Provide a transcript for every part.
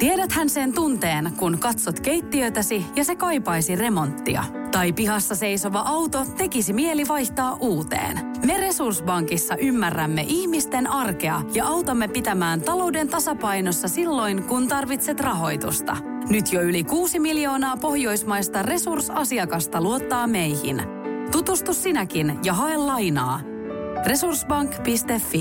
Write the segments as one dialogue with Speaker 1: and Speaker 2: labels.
Speaker 1: Tiedäthän sen tunteen, kun katsot keittiötäsi ja se kaipaisi remonttia. Tai pihassa seisova auto tekisi mieli vaihtaa uuteen. Me Resurssbankissa ymmärrämme ihmisten arkea ja autamme pitämään talouden tasapainossa silloin, kun tarvitset rahoitusta. Nyt jo yli 6 miljoonaa pohjoismaista resursasiakasta luottaa meihin. Tutustu sinäkin ja hae lainaa. Resurssbank.fi.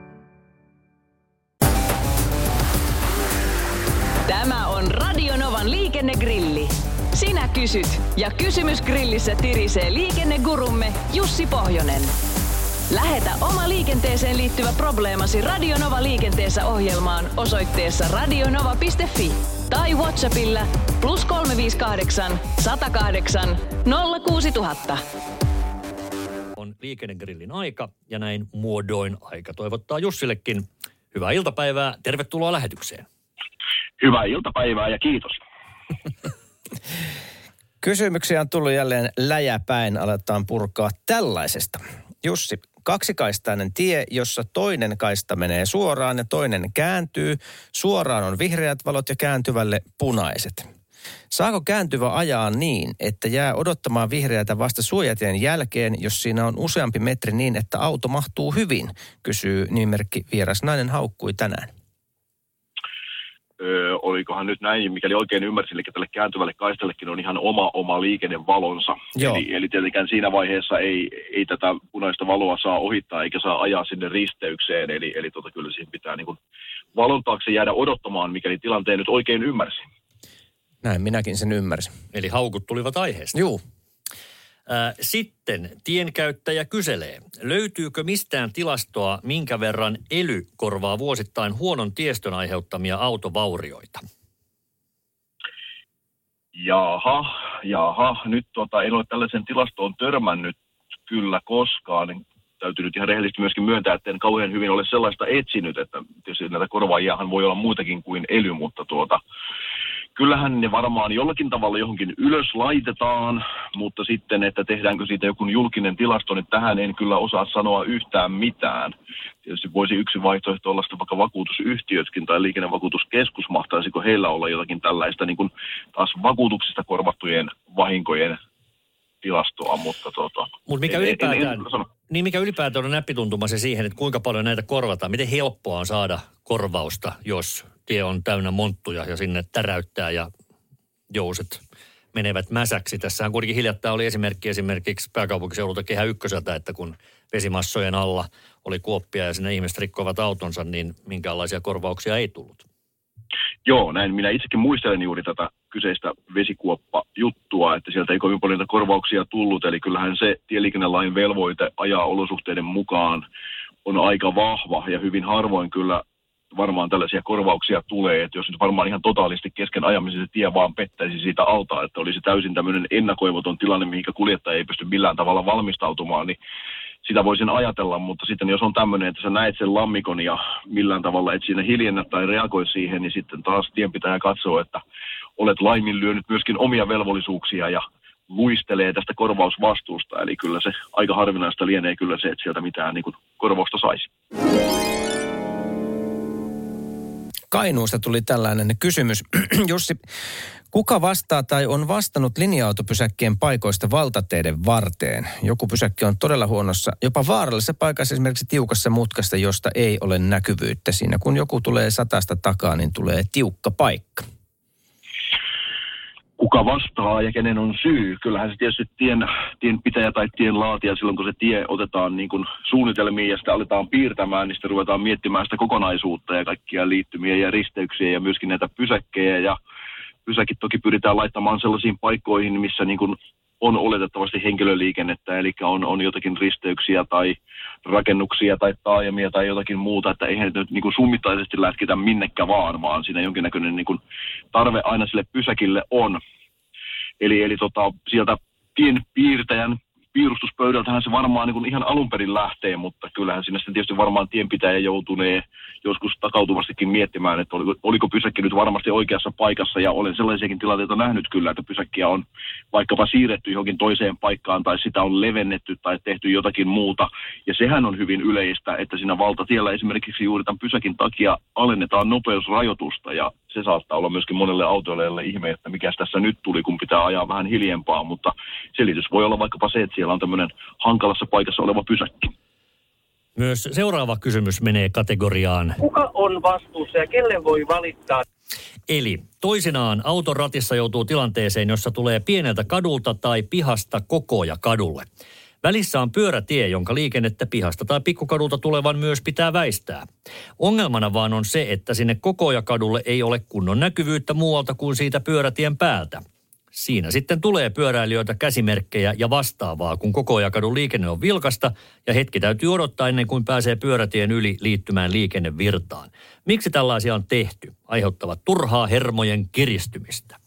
Speaker 2: Tämä on Radio Novan liikennegrilli. Sinä kysyt ja kysymys grillissä tirisee liikennegurumme Jussi Pohjonen. Lähetä oma liikenteeseen liittyvä probleemasi Radio Nova liikenteessä ohjelmaan osoitteessa radionova.fi tai WhatsAppilla +358 108 06000.
Speaker 3: On liikennegrillin aika ja näin muodoin aika toivottaa Jussillekin hyvää iltapäivää. Tervetuloa lähetykseen.
Speaker 4: Hyvää iltapäivää ja kiitos.
Speaker 5: Kysymyksiä on tullut jälleen läjäpäin. Aletaan purkaa tällaisesta. Jussi, kaksikaistainen tie, jossa toinen kaista menee suoraan ja toinen kääntyy. Suoraan on vihreät valot ja kääntyvälle punaiset. Saako kääntyvä ajaa niin, että jää odottamaan vihreätä vasta suojatien jälkeen, jos siinä on useampi metri niin, että auto mahtuu hyvin? Kysyy nimimerkki Vierasnainen haukkui tänään.
Speaker 4: Olikohan nyt näin, mikäli oikein ymmärsin, eli tälle kääntyvälle kaistallekin on ihan oma liikennevalonsa. Eli tietenkään siinä vaiheessa ei tätä punaista valoa saa ohittaa eikä saa ajaa sinne risteykseen. Eli kyllä siihen pitää niin kuin valon taakse jäädä odottamaan, mikäli tilanteen nyt oikein ymmärsin.
Speaker 5: Näin minäkin sen ymmärsin.
Speaker 3: Eli haukut tulivat aiheesta.
Speaker 5: Juu.
Speaker 3: Sitten tienkäyttäjä kyselee, löytyykö mistään tilastoa, minkä verran ELY korvaa vuosittain huonon tiestön aiheuttamia autovaurioita?
Speaker 4: Jaha, nyt en ole tällaisen tilastoon törmännyt kyllä koskaan. Niin täytyy nyt ihan rehellisesti myöskin myöntää, että en kauhean hyvin ole sellaista etsinyt, että tietysti näitä korvaajiahan voi olla muitakin kuin ELY, mutta kyllähän ne varmaan jollakin tavalla johonkin ylös laitetaan, mutta sitten, että tehdäänkö siitä joku julkinen tilasto, niin tähän en kyllä osaa sanoa yhtään mitään. Tietysti voisi yksi vaihtoehto olla vaikka vakuutusyhtiötkin tai liikennevakuutuskeskus, mahtaisiko heillä olla jotakin tällaista niin kuin taas vakuutuksista korvattujen vahinkojen tilastoa, mutta
Speaker 3: mikä ylipäätään on näppituntuma se siihen, että kuinka paljon näitä korvataan, miten helppoa on saada korvausta, jos tie on täynnä monttuja ja sinne täräyttää ja jouset menevät mäsäksi. Tässähän kuitenkin hiljattain oli esimerkiksi pääkaupunkiseudulta Kehä Ykköseltä, että kun vesimassojen alla oli kuoppia ja sinne ihmiset rikkoivat autonsa, niin minkäänlaisia korvauksia ei tullut.
Speaker 4: Joo, näin minä itsekin muistelen juuri tätä kyseistä vesikuoppa-juttua, että sieltä ei kovin paljon korvauksia tullut, eli kyllähän se tieliikennelain velvoite ajaa olosuhteiden mukaan on aika vahva ja hyvin harvoin kyllä varmaan tällaisia korvauksia tulee, että jos nyt varmaan ihan totaalisti kesken ajamisen se tie vaan pettäisi siitä alta, että olisi täysin tämmöinen ennakoimaton tilanne, mihinkä kuljettaja ei pysty millään tavalla valmistautumaan, niin sitä voisin ajatella, mutta sitten jos on tämmöinen, että sä näet sen lammikon ja millään tavalla et siinä hiljennä tai reagoi siihen, niin sitten taas tienpitäjä katsoo, että olet laiminlyönyt myöskin omia velvollisuuksia ja luistelee tästä korvausvastuusta. Eli kyllä se aika harvinaista lienee kyllä se, että sieltä mitään niin kuin korvausta saisi.
Speaker 5: Kainuusta tuli tällainen kysymys. Jussi, kuka vastaa tai on vastannut linja-autopysäkkien paikoista valtateiden varteen? Joku pysäkki on todella huonossa, jopa vaarallisessa paikassa, esimerkiksi tiukassa mutkassa, josta ei ole näkyvyyttä. Siinä kun joku tulee 100 takaa, niin tulee tiukka paikka.
Speaker 4: Kuka vastaa ja kenen on syy? Kyllähän se tietysti tienpitäjä tai tienlaatija silloin, kun se tie otetaan niin kuin suunnitelmiin ja sitä aletaan piirtämään, niin sitten ruvetaan miettimään sitä kokonaisuutta ja kaikkia liittymiä ja risteyksiä ja myöskin näitä pysäkkejä. Ja pysäkit toki pyritään laittamaan sellaisiin paikkoihin, missä niin kuin on oletettavasti henkilöliikennettä, eli on jotakin risteyksiä tai rakennuksia tai taajamia tai jotakin muuta, että eihän nyt niin kuin summittaisesti lätkitä minnekään vaan siinä jonkinnäköinen niin kuin tarve aina sille pysäkille on. Eli sieltä tienpiirtäjän piirustuspöydältähän se varmaan niin kuin ihan alun perin lähtee, mutta kyllähän sinne sitten tietysti varmaan tienpitäjä joutunee joskus takautuvastikin miettimään, että oliko pysäkki nyt varmasti oikeassa paikassa, ja olen sellaisiakin tilanteita nähnyt kyllä, että pysäkkiä on vaikkapa siirretty johonkin toiseen paikkaan tai sitä on levennetty tai tehty jotakin muuta, ja sehän on hyvin yleistä, että siinä valtatiellä esimerkiksi juuri tämän pysäkin takia alennetaan nopeusrajoitusta, ja se saattaa olla myöskin monelle autoilijalle ihme, että mikä tässä nyt tuli, kun pitää ajaa vähän hiljempaa, mutta selitys voi olla vaikkapa se, että siellä on tämmöinen hankalassa paikassa oleva pysäkki.
Speaker 3: Myös seuraava kysymys menee kategoriaan.
Speaker 6: Kuka on vastuussa ja kelle voi valittaa?
Speaker 3: Eli toisinaan auton ratissa joutuu tilanteeseen, jossa tulee pieneltä kadulta tai pihasta kokoja kadulle. Välissä on pyörätie, jonka liikennettä pihasta tai pikkukadulta tulevan myös pitää väistää. Ongelmana vaan on se, että sinne Kokoja-kadulle ei ole kunnon näkyvyyttä muualta kuin siitä pyörätien päältä. Siinä sitten tulee pyöräilijöitä, käsimerkkejä ja vastaavaa, kun Kokoja-kadun liikenne on vilkasta ja hetki täytyy odottaa ennen kuin pääsee pyörätien yli liittymään liikennevirtaan. Miksi tällaisia on tehty? Aiheuttavat turhaa hermojen kiristymistä.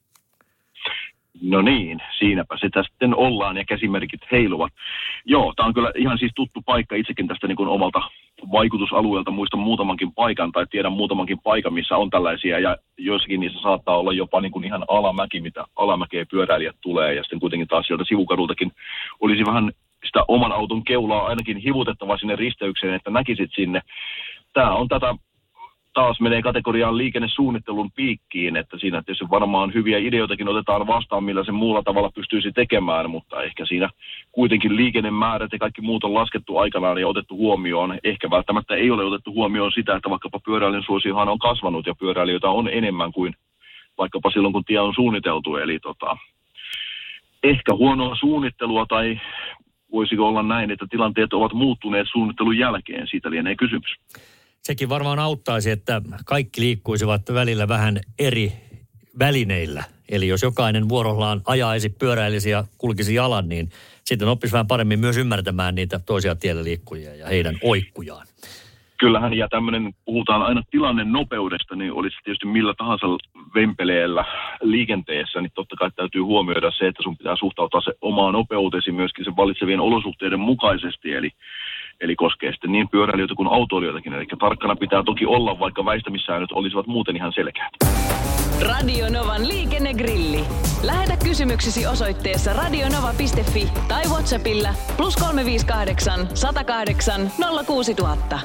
Speaker 4: No niin, siinäpä sitä sitten ollaan ja käsimerkit heiluvat. Joo, tämä on kyllä ihan siis tuttu paikka itsekin tästä niin kuin omalta vaikutusalueelta. Muistan muutamankin paikan tai tiedän muutamankin paikan, missä on tällaisia ja joissakin niissä saattaa olla jopa niin kuin ihan alamäki, mitä alamäkeä pyöräilijät tulee ja sitten kuitenkin taas sieltä sivukadultakin olisi vähän sitä oman auton keulaa ainakin hivutettava sinne risteykseen, että näkisit sinne. Tämä on tätä. Taas menee kategoriaan liikennesuunnittelun piikkiin, että siinä tietysti varmaan hyviä ideoitakin otetaan vastaan, millä se muulla tavalla pystyisi tekemään, mutta ehkä siinä kuitenkin liikennemäärät ja kaikki muut on laskettu aikanaan ja otettu huomioon. Ehkä välttämättä ei ole otettu huomioon sitä, että vaikkapa pyöräilyn suosiohan on kasvanut ja pyöräilijöitä on enemmän kuin vaikkapa silloin, kun tie on suunniteltu. Eli ehkä huonoa suunnittelua tai voisiko olla näin, että tilanteet ovat muuttuneet suunnittelun jälkeen, siitä lienee kysymys.
Speaker 3: Sekin varmaan auttaisi, että kaikki liikkuisivat välillä vähän eri välineillä. Eli jos jokainen vuorollaan ajaisi, pyöräilisi ja kulkisi jalan, niin sitten oppisi vähän paremmin myös ymmärtämään niitä toisia tiellä liikkujia ja heidän oikkujaan.
Speaker 4: Kyllähän, ja tämmöinen, puhutaan aina tilanne nopeudesta, niin olisi tietysti millä tahansa vempeleellä liikenteessä, niin totta kai täytyy huomioida se, että sun pitää suhtautua se omaan nopeutesi myöskin sen vallitsevien olosuhteiden mukaisesti, eli koskee sitten niin pyöräilijöitä kuin autoilijoitakin. Eli tarkkana pitää toki olla, vaikka väistämissäännöt olisivat muuten ihan selkeät.
Speaker 2: Radio Novan liikennegrilli. Lähetä kysymyksesi osoitteessa radionova.fi tai WhatsAppilla +358 108 06000.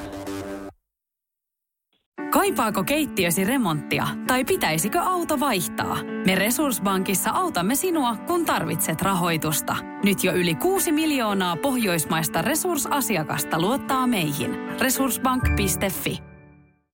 Speaker 1: Kaipaako keittiösi remonttia tai pitäisikö auto vaihtaa? Me Resurssbankissa autamme sinua, kun tarvitset rahoitusta. Nyt jo yli 6 miljoonaa pohjoismaista resursasiakasta luottaa meihin. Resurssbank.fi.